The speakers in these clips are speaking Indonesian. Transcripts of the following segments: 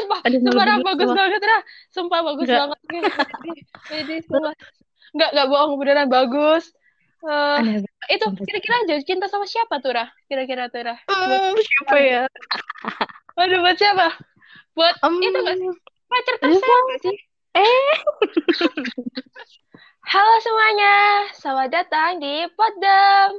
Sumpah, Aduh, sumpah Rah, ngeluh bagus sumpah. banget Rah. Sumpah bagus Enggak, banget. Ini sumpah. Nggak bohong, beneran bagus. Eh, aneh banget itu sampai kira-kira sekarang. jatuh cinta sama siapa tuh Rah? Kira-kira tuh Rah. Buat Siapa ya? Waduh, buat siapa? Buat itu nggak sih? Um, Pacar siapa? tersayang nggak sih? Eh, Halo semuanya, selamat datang di Podem.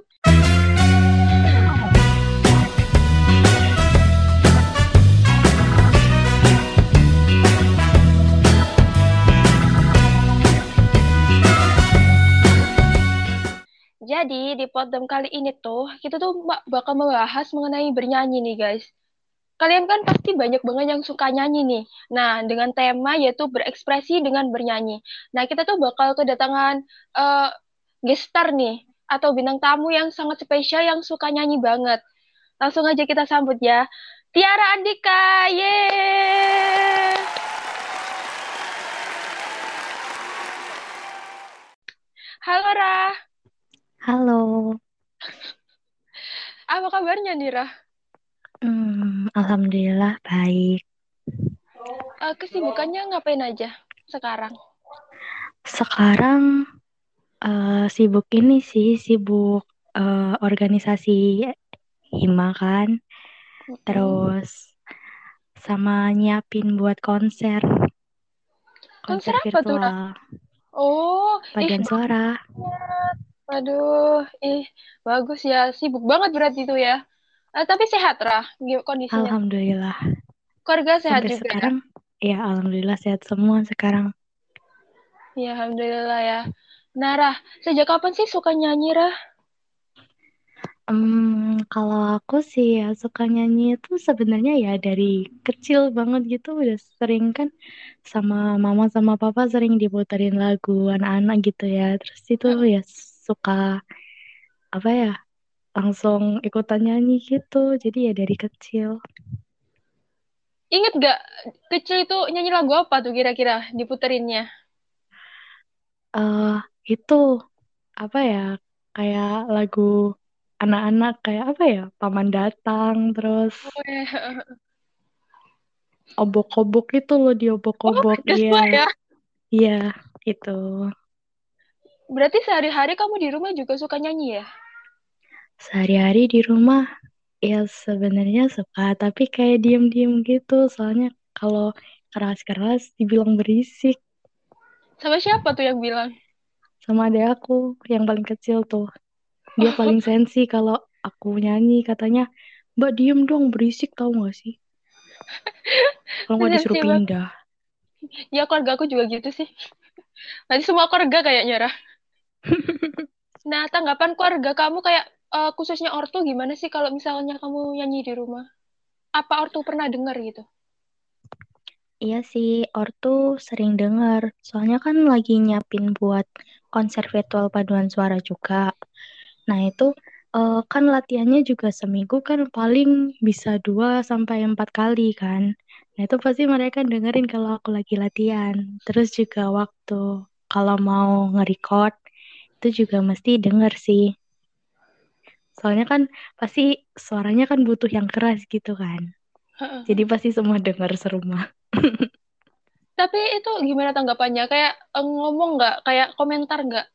Jadi di Podem kali ini tuh kita tuh bakal membahas mengenai bernyanyi nih guys. Kalian kan pasti banyak banget yang suka nyanyi nih. Nah, dengan tema yaitu berekspresi dengan bernyanyi. Nah, kita tuh bakal kedatangan uh, guest star nih atau bintang tamu yang sangat spesial yang suka nyanyi banget. Langsung aja kita sambut ya. Tiara Andika. Yeay! Halo Rah, halo. apa kabarnya nih Rah? Alhamdulillah baik. Kesibukannya ngapain aja sekarang? Sekarang sibuk ini sih, sibuk organisasi Hima kan. Mm-mm. Terus sama nyiapin buat konser, Konser konser apa tuh Rah? virtual, Oh, paduan bagus suara. banget. Waduh, bagus ya. Sibuk banget berarti itu ya. Tapi sehat, Rah, kondisinya. Alhamdulillah. Keluarga sehat Sampai juga ya. sekarang, ya alhamdulillah sehat semua sekarang. Ya, alhamdulillah ya. Nah, Rah, sejak kapan sih suka nyanyi, Rah? Kalau aku sih ya suka nyanyi itu sebenarnya ya dari kecil banget gitu udah sering kan sama mama sama papa sering diputerin lagu anak-anak gitu ya. Terus itu ya suka apa ya langsung ikutan nyanyi gitu. Jadi ya dari kecil. Ingat gak kecil itu nyanyi lagu apa tuh kira-kira diputerinnya? eh itu apa ya kayak lagu anak-anak kayak apa ya Paman Datang terus Oh, ya. obok-obok itu loh di Oh, obok-obok iya Joshua ya. iya itu. Berarti sehari-hari kamu di rumah juga suka nyanyi ya? Sehari-hari di rumah ya sebenarnya suka, tapi kayak diem-diem gitu. Soalnya kalau keras-keras dibilang berisik Sama siapa tuh yang bilang? sama adek aku yang paling kecil tuh. Dia paling sensi kalau aku nyanyi katanya, Mbak diem dong berisik tahu gak sih? Kalau nggak disuruh Sensi banget. pindah. Ya, keluarga aku juga gitu sih. Nanti semua keluarga kayaknya, Rah. Nah, tanggapan keluarga kamu kayak khususnya ortu gimana sih kalau misalnya kamu nyanyi di rumah? Apa ortu pernah dengar gitu? Iya sih, Ortu sering denger. Soalnya kan lagi nyiapin buat konser virtual paduan suara juga. Nah itu kan latihannya juga seminggu kan paling bisa 2 sampai 4 kali kan. Nah itu pasti mereka dengerin kalau aku lagi latihan. Terus juga waktu kalau mau nge-record itu juga mesti denger sih. Soalnya kan pasti suaranya kan butuh yang keras gitu kan. Jadi pasti semua denger serumah. Tapi itu gimana tanggapannya? Kayak ngomong nggak? Kayak komentar nggak?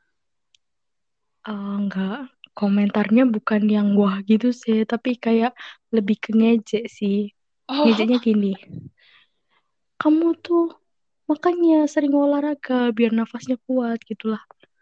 Enggak, komentarnya bukan yang wah gitu sih, tapi kayak lebih ke ngejek sih. Oh, Ngejeknya gini, kamu tuh makanya sering olahraga biar nafasnya kuat gitulah.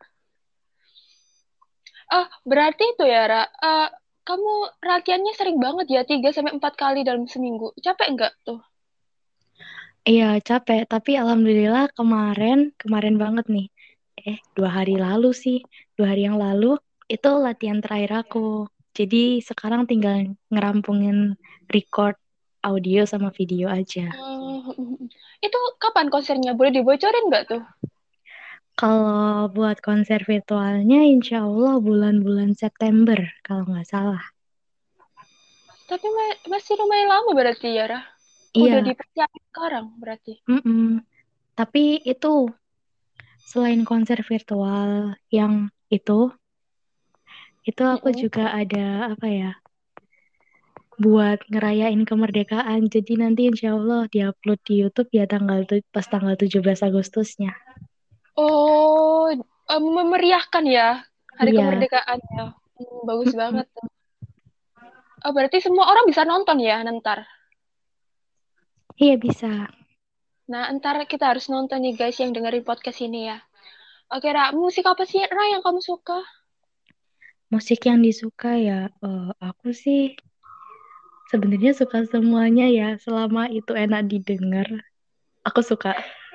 berarti itu ya, Ra. Kamu latihannya sering banget ya, 3 sampai 4 kali dalam seminggu. Capek nggak tuh? Iya capek, tapi alhamdulillah kemarin banget nih. 2 hari lalu sih, 2 hari yang lalu itu latihan terakhir aku. Jadi sekarang tinggal ngerampungin record audio sama video aja. Oh, itu kapan konsernya? Boleh dibocorin nggak tuh? Kalau buat konser virtualnya, insya Allah bulan-bulan September, kalau nggak salah. Tapi masih lumayan lama berarti ya, Ra. Udah Iya, dipersiapin sekarang berarti. mm-mm. Tapi itu selain konser virtual yang itu aku Mm-mm. juga ada apa ya, buat ngerayain kemerdekaan. Jadi nanti insya Allah diupload di YouTube ya pas tanggal 17 Agustusnya. Oh, memeriahkan ya hari Iya, kemerdekaan ya. Bagus banget tuh. Oh, berarti semua orang bisa nonton ya ntar. iya bisa. Nah, ntar kita harus nonton nih guys yang dengerin podcast ini ya. Oke, Ra, musik apa sih Ra yang kamu suka? Musik yang disuka ya, aku sih sebenarnya suka semuanya ya, selama itu enak didengar. Aku suka.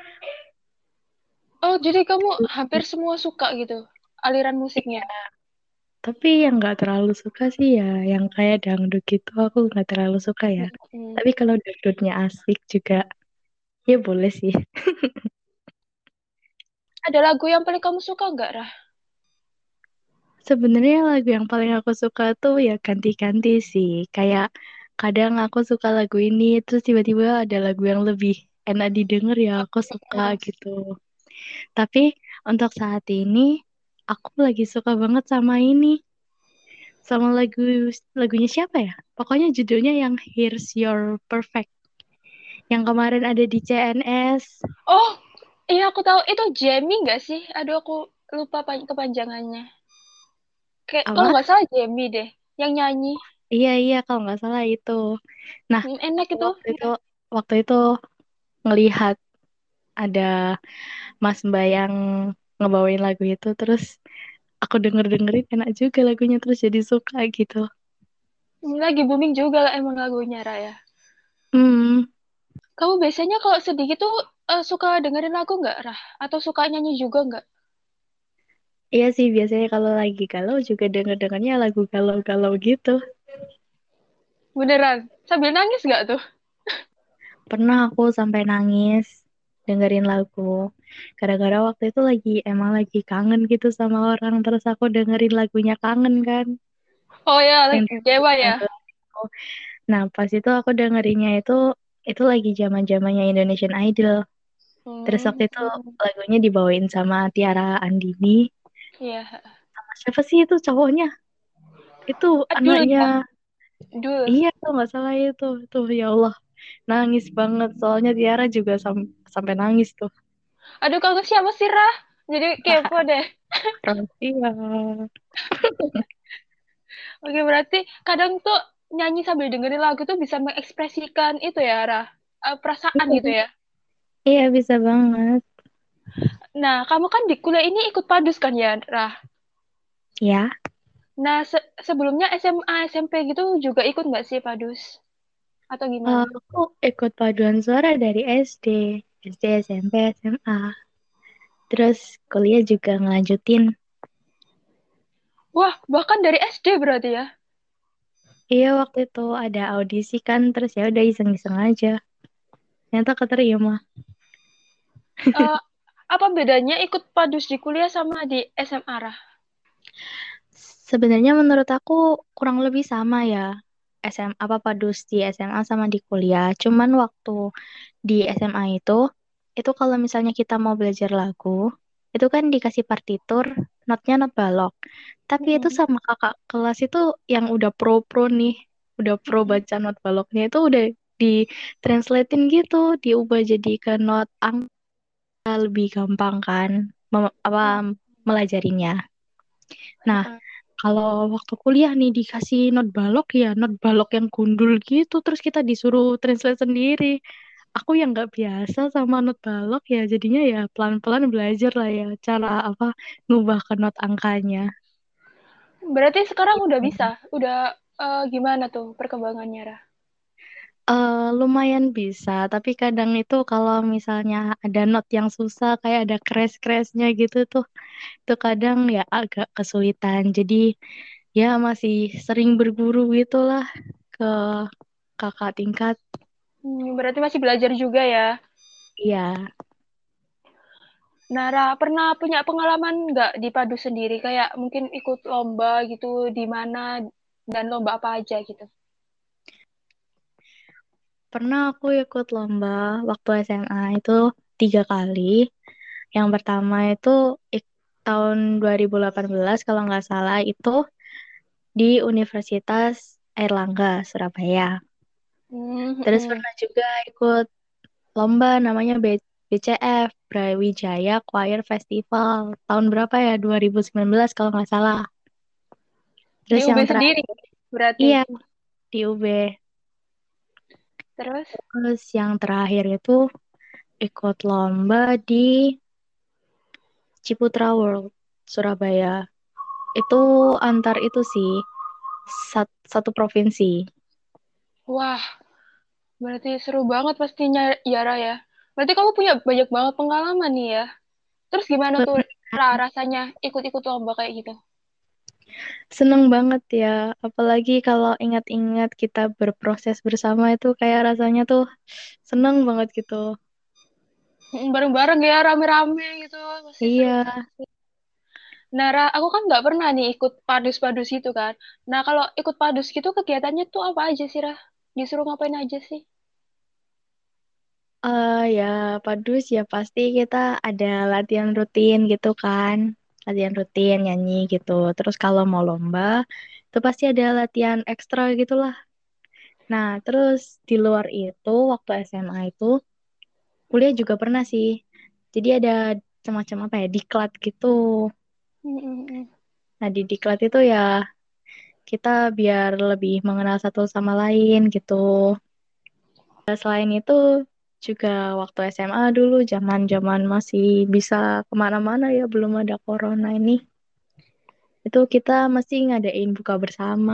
Oh, jadi kamu hampir semua suka gitu aliran musiknya. Tapi yang nggak terlalu suka sih ya, yang kayak dangdut gitu aku nggak terlalu suka ya. Hmm. Tapi kalau dangdutnya asik juga, ya boleh sih. Ada lagu yang paling kamu suka nggak, Ra? Sebenarnya lagu yang paling aku suka tuh ya ganti-ganti sih. Kayak kadang aku suka lagu ini, terus tiba-tiba ada lagu yang lebih enak didengar ya aku suka Hmm. gitu. Tapi untuk saat ini aku lagi suka banget sama ini, sama lagunya siapa ya? Pokoknya judulnya yang Here's Your Perfect. Yang kemarin ada di CNS. Oh, iya aku tahu itu Jamie nggak sih? Aduh aku lupa kepanjangannya. Kayak kalau Apa? nggak salah Jamie deh yang nyanyi. Iya iya kalau nggak salah itu. Nah, Enak itu. waktu itu waktu itu ngelihat ada Mas Mbak yang ngebawain lagu itu, terus aku denger-dengerin enak juga lagunya, terus jadi suka gitu. Lagi booming juga emang lagunya Raya. Hmm, Kamu biasanya kalau sedih gitu suka dengerin lagu nggak, Rah? Atau suka nyanyi juga nggak? iya sih biasanya kalau lagi galau juga denger-dengernya lagu galau-galau gitu. Beneran? Sambil nangis nggak tuh? Pernah aku sampai nangis dengerin lagu. Gara-gara waktu itu emang lagi kangen gitu sama orang, terus aku dengerin lagunya kangen kan. Oh ya, Yang Dewa yang ya. Nah, pas itu aku dengerinnya itu lagi zaman-zamannya Indonesian Idol. Terus waktu itu Hmm, lagunya dibawain sama Tiara Andini. iya. Siapa sih itu cowoknya? Itu Adul anaknya. ya, Adul. Iya tuh nggak salah itu. Tuh ya Allah, nangis banget. Soalnya Tiara juga sampai nangis tuh. Aduh, kamu siapa sih, Rah? Jadi kepo deh. Iya. Oke, berarti kadang tuh nyanyi sambil dengerin lagu tuh bisa mengekspresikan itu ya, Rah. Perasaan gitu Iya, ya. iya bisa banget. Nah, kamu kan di kuliah ini ikut padus kan ya, Rah? Ya, Nah, sebelumnya SMA, SMP gitu juga ikut nggak sih padus? Atau gimana? aku ikut paduan suara dari SD, SMP, SMA. Terus kuliah juga ngelanjutin. Wah, bahkan dari SD berarti ya? Iya waktu itu ada audisi kan, terus ya udah iseng-iseng aja. Ternyata keterima. Eh, apa bedanya ikut padus di kuliah sama di SMA, Rah? Sebenarnya menurut aku kurang lebih sama ya. SMA apa padus di SMA sama di kuliah. Cuman waktu di SMA itu kalau misalnya kita mau belajar lagu, itu kan dikasih partitur, notnya not balok. Tapi itu Mm-mm. sama kakak kelas itu yang udah pro-pro nih, udah pro Mm-mm. baca not baloknya itu udah di translatein gitu, diubah jadi ke not angka lebih gampang kan, melajarinya. Nah, Heeh. kalau waktu kuliah nih dikasih not balok ya, not balok yang gundul gitu, terus kita disuruh translate sendiri. Aku yang nggak biasa sama not balok ya, jadinya ya pelan-pelan belajar lah ya cara apa ngubah ke not angkanya. Berarti sekarang udah Gitu. bisa? Udah gimana tuh perkembangannya, Rah? Lumayan bisa, tapi kadang itu kalau misalnya ada not yang susah kayak ada crash-crashnya gitu tuh, itu kadang ya agak kesulitan. Jadi ya masih sering berguru gitulah ke kakak tingkat. Berarti masih belajar juga ya? Iya, Nara, pernah punya pengalaman nggak di Padu sendiri? Kayak mungkin ikut lomba gitu di mana dan lomba apa aja gitu? pernah aku ikut lomba waktu SMA itu 3 kali. Yang pertama itu tahun 2018 kalau nggak salah itu di Universitas Airlangga, Surabaya. Terus Hmm. pernah juga ikut lomba namanya BCF, Brawijaya Choir Festival. Tahun berapa ya? 2019 kalau nggak salah. Di Terus UB yang sendiri terakhir, berarti. iya, di UB. Terus, Terus yang terakhir itu ikut lomba di Ciputra World, Surabaya. Itu antar itu sih, satu provinsi. wah, berarti seru banget pastinya Yara ya. Berarti kamu punya banyak banget pengalaman nih ya. Terus gimana tuh rasanya ikut-ikut lomba kayak gitu? Seneng banget ya, apalagi kalau ingat-ingat kita berproses bersama itu kayak rasanya tuh seneng banget gitu. Bareng-bareng ya, rame-rame gitu. Pasti seru Iya, banget sih. Nah, aku kan nggak pernah nih ikut padus-padus itu kan. Nah, kalau ikut padus gitu kegiatannya tuh apa aja sih, Rah? Disuruh ngapain aja sih? ya Padus ya pasti kita ada latihan rutin gitu kan, latihan rutin nyanyi gitu. Terus kalau mau lomba, itu pasti ada latihan ekstra gitulah. Nah, terus di luar itu waktu SMA itu kuliah juga pernah sih. Jadi ada semacam apa ya, diklat gitu. Mm-mm. Nah, di diklat itu ya kita biar lebih mengenal satu sama lain gitu. Selain itu juga waktu SMA dulu zaman-zaman masih bisa kemana-mana ya belum ada corona ini. Itu kita mesti ngadain buka bersama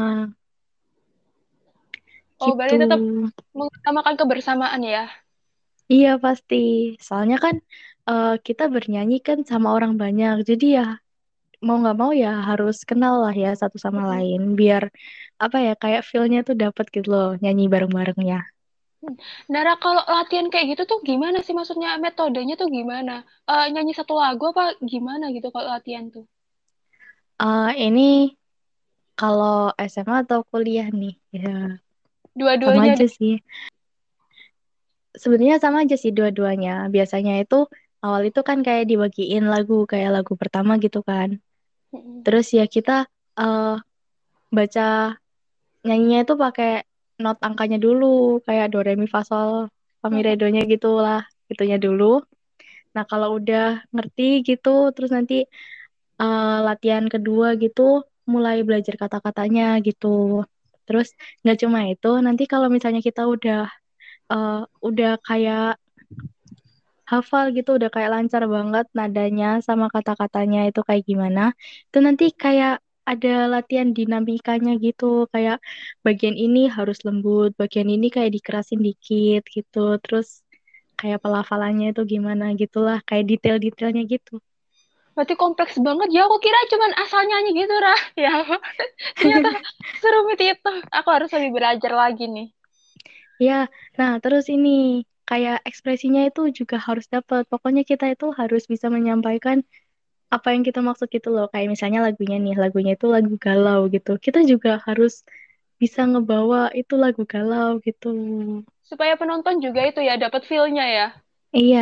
Oh, gitu. berarti tetap mengutamakan kebersamaan ya? Iya pasti. Soalnya kan kita bernyanyi kan sama orang banyak. Jadi ya mau nggak mau ya harus kenal lah ya satu sama Mm-mm. lain. Biar apa ya kayak feel-nya tuh dapet gitu loh nyanyi bareng-barengnya. Nara, kalau latihan kayak gitu tuh gimana sih? Maksudnya metodenya tuh gimana? Nyanyi satu lagu apa gimana gitu kalau latihan tuh? Ini kalau SMA atau kuliah nih, ya sama Dua-duanya aja deh. sih. Sebenarnya sama aja sih dua-duanya. Biasanya itu awal itu kan kayak dibagiin lagu, kayak lagu pertama gitu kan. Mm-mm. Terus ya kita eh, baca nyanyinya itu pakai not angkanya dulu, kayak do re mi fa sol fa mi re Mm-mm. do nya gitulah, gitunya dulu. Nah kalau udah ngerti gitu, terus nanti latihan kedua gitu, mulai belajar kata-katanya gitu. Terus nggak cuma itu, nanti kalau misalnya kita eh, udah kayak hafal gitu udah kayak lancar banget nadanya sama kata-katanya itu kayak gimana. Itu nanti kayak ada latihan dinamikanya gitu, kayak bagian ini harus lembut, bagian ini kayak dikerasin dikit gitu. Terus kayak pelafalannya itu gimana gitulah, kayak detail-detailnya gitu. Berarti kompleks banget ya. Aku kira cuman asal nyanyi gitu, Rah. Ya, ternyata serumit itu. Aku harus lebih belajar lagi nih. Ya, nah terus ini kayak ekspresinya itu juga harus dapat. Pokoknya kita itu harus bisa menyampaikan apa yang kita maksud gitu loh. Kayak misalnya lagunya nih, lagunya itu lagu galau gitu. Kita juga harus bisa ngebawa itu lagu galau gitu. Supaya penonton juga itu ya, dapat feel-nya ya. Iya,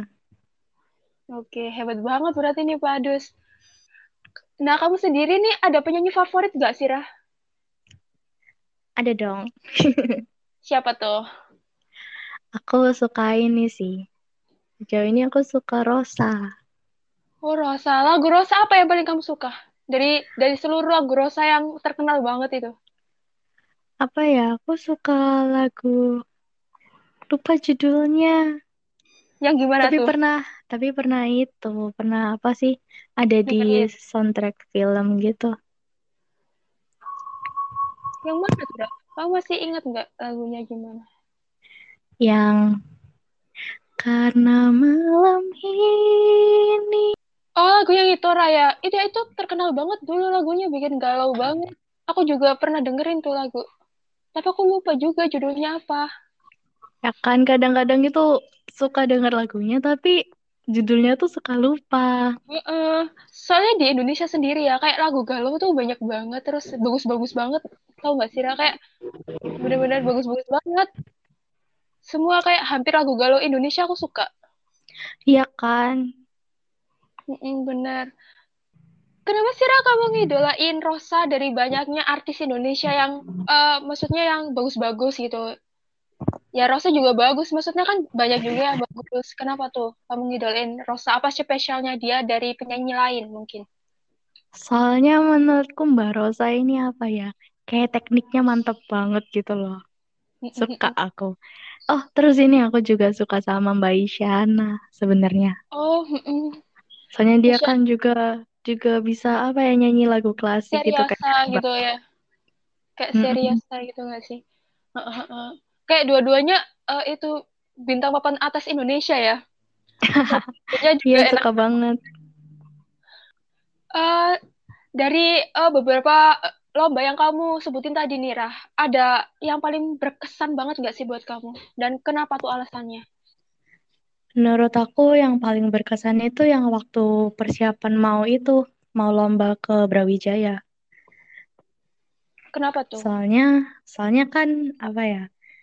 Oke, hebat banget berarti nih Pak Adus. Nah, kamu sendiri nih ada penyanyi favorit gak sih, Rah? ada dong. Siapa tuh? Aku suka ini sih. Sejauh ini aku suka Rosa. Oh, Rosa. Lagu Rosa apa yang paling kamu suka? Dari seluruh lagu Rosa yang terkenal banget itu. Apa ya? Aku suka lagu, lupa judulnya. Yang gimana Tapi tuh? pernah, tapi pernah itu, pernah apa sih? Ada di Dengerin. soundtrack film gitu. Yang mana tuh, Rah? Kamu masih ingat nggak lagunya gimana? Yang karena malam ini. Oh, lagu yang itu, Raya. Itu terkenal banget dulu lagunya, bikin galau banget. Aku juga pernah dengerin tuh lagu. Tapi aku lupa juga judulnya apa. Ya kan kadang-kadang itu suka denger lagunya tapi judulnya tuh suka lupa. Heeh. Soalnya di Indonesia sendiri ya, kayak lagu galau tuh banyak banget, terus bagus-bagus banget. Tahu nggak sih, Ra? Kayak bener-bener bagus-bagus banget. Semua kayak hampir lagu galau Indonesia aku suka. Iya kan? Mm-mm, bener. Kenapa sih Ra kamu ngidolain Rosa dari banyaknya artis Indonesia yang maksudnya yang bagus-bagus gitu? Ya Rosa juga bagus, maksudnya kan banyak juga yang bagus. Kenapa tuh kamu ngidolain Rosa? Apa spesialnya dia dari penyanyi lain mungkin? Soalnya menurutku Mbak Rosa ini apa ya? Kayak tekniknya mantep banget gitu loh. Suka aku. Oh, terus ini aku juga suka sama Mbak Isyana sebenarnya. Oh, mm-mm. Soalnya dia Isya kan juga juga bisa apa ya nyanyi lagu klasik gitu kayak Seriasa keren gitu banget. ya. Kayak Mm-mm. Seriasa gitu nggak sih? Heeh. Kayak dua-duanya itu bintang papan atas Indonesia ya. Lagunya Iya juga enak. suka banget. Eh dari beberapa lomba yang kamu sebutin tadi nih, Rah, ada yang paling berkesan banget nggak sih buat kamu? Dan kenapa tuh alasannya? Menurut aku yang paling berkesan itu yang waktu persiapan mau lomba ke Brawijaya. Kenapa tuh? Soalnya soalnya kan apa ya?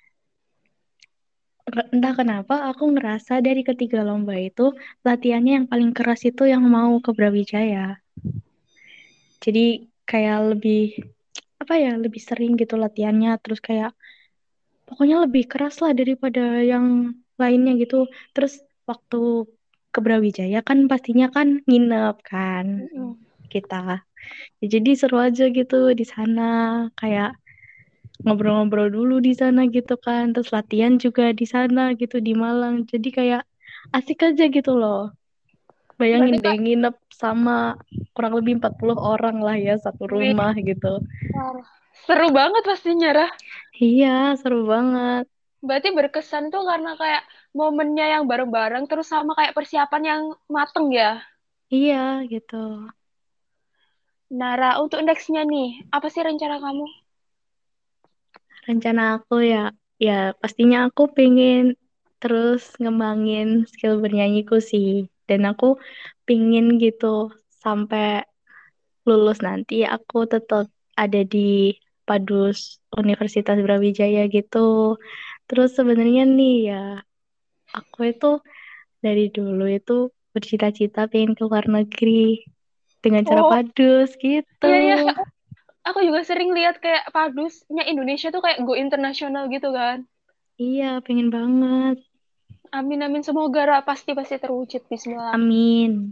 Entah kenapa aku ngerasa dari ketiga lomba itu latihannya yang paling keras itu yang mau ke Brawijaya. Jadi kayak lebih apa ya, lebih sering gitu latihannya terus kayak pokoknya lebih keras lah daripada yang lainnya gitu. Terus waktu ke Brawijaya kan pastinya kan nginep kan Mm-mm. kita. Ya, jadi seru aja gitu di sana kayak ngobrol-ngobrol dulu di sana gitu kan. Terus latihan juga di sana gitu di Malang. Jadi kayak asik aja gitu loh. Bayangin Berarti deh Kak, nginep sama kurang lebih 40 orang lah ya satu wih, rumah gitu. parah. Seru banget pastinya, Rah. Iya, seru banget. Berarti berkesan tuh karena kayak momennya yang bareng-bareng, terus sama kayak persiapan yang mateng ya. Iya gitu. Nara, untuk nextnya nih, apa sih rencana kamu? Rencana aku ya, ya pastinya aku pengen terus ngembangin skill bernyanyiku sih. Dan aku pingin gitu sampai lulus nanti aku tetap ada di Padus Universitas Brawijaya gitu. Terus sebenarnya nih ya, aku itu dari dulu itu bercita-cita pengen ke luar negeri dengan cara Oh, Padus gitu. iya ya, aku juga sering lihat kayak padusnya Indonesia tuh kayak go internasional gitu kan. Iya, pengen banget. Amin amin semoga Ra, pasti pasti terwujud Bismillah. Amin.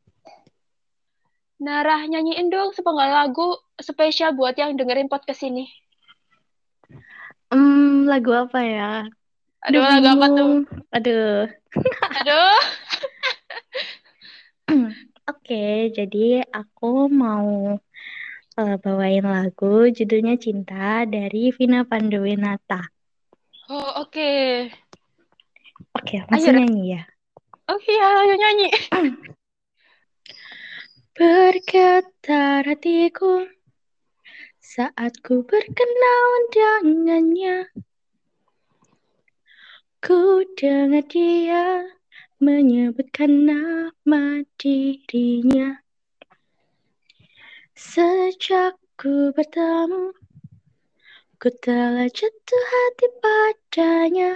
Narah nyanyiin dong sepenggal lagu spesial buat yang dengerin podcast ini. Lagu apa ya? Aduh Aduh, lagu apa tuh? bingung. Aduh. Aduh. Oke, jadi aku mau bawain lagu judulnya Cinta dari Vina Panduwinata. Oh oke. Oke, Ayo langsung Ra. nyanyi ya. Oke, ayo nyanyi. Bergetar hatiku saat ku berkenalan dengannya. Ku dengar dia menyebutkan nama dirinya. Sejak ku bertemu, ku telah jatuh hati padanya.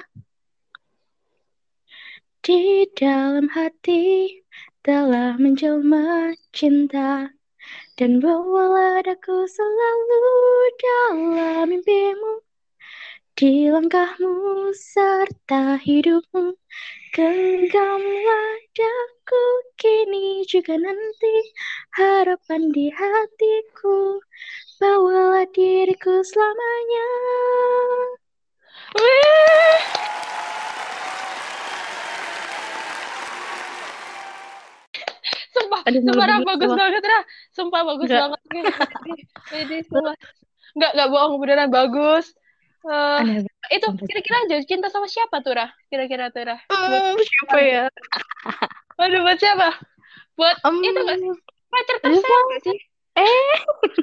Di dalam hati telah menjelma cinta. Dan bawalah aku selalu dalam mimpimu. Di langkahmu serta hidupmu. Genggamlah daku kini juga nanti. Harapan di hatiku. Bawalah diriku selamanya. Wih. Sumpah, Aduh, sumpah Ra, malu-malu bagus semua. banget Ra. Sumpah bagus Enggak, banget. Ini sumpah. Enggak bohong beneran bagus. Eh aneh banget. itu Sumpah. kira-kira aja cinta sama siapa tuh Ra? Kira-kira tuh Ra. Buat Siapa ya? Waduh, buat siapa? Buat itu gak sih? Um, Pacar siapa? tersayang gak sih? Eh,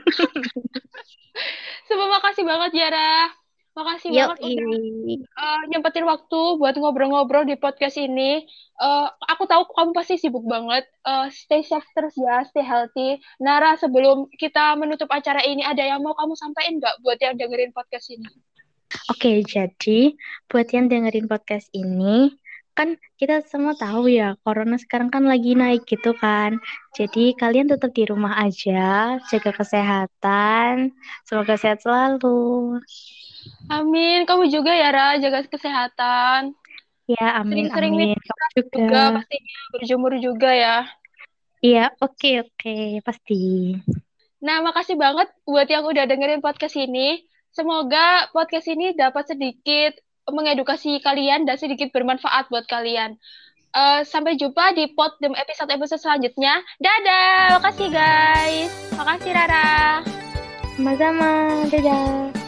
Sumpah makasih banget ya, Ra. Makasih yuk, banget udah nyempetin waktu buat ngobrol-ngobrol di podcast ini. Aku tahu kamu pasti sibuk banget. Stay safe terus ya, stay healthy. Nara, sebelum kita menutup acara ini, ada yang mau kamu sampaikan nggak buat yang dengerin podcast ini? Oke, jadi buat yang dengerin podcast ini, Kan kita semua tahu ya, corona sekarang kan lagi naik gitu kan. Jadi kalian tetap di rumah aja, jaga kesehatan. Semoga sehat selalu. Amin. Kamu juga ya, Ra, jaga kesehatan. Ya, amin, Sering-sering amin. minum Kamu vitamin juga. juga pastinya, berjemur juga ya. Iya, oke, oke, pasti. Nah, makasih banget buat yang udah dengerin podcast ini. Semoga podcast ini dapat sedikit mengedukasi kalian dan sedikit bermanfaat buat kalian. Sampai jumpa di episode-episode selanjutnya. Dadah, makasih guys. Makasih Rara. Sama-sama, dadah.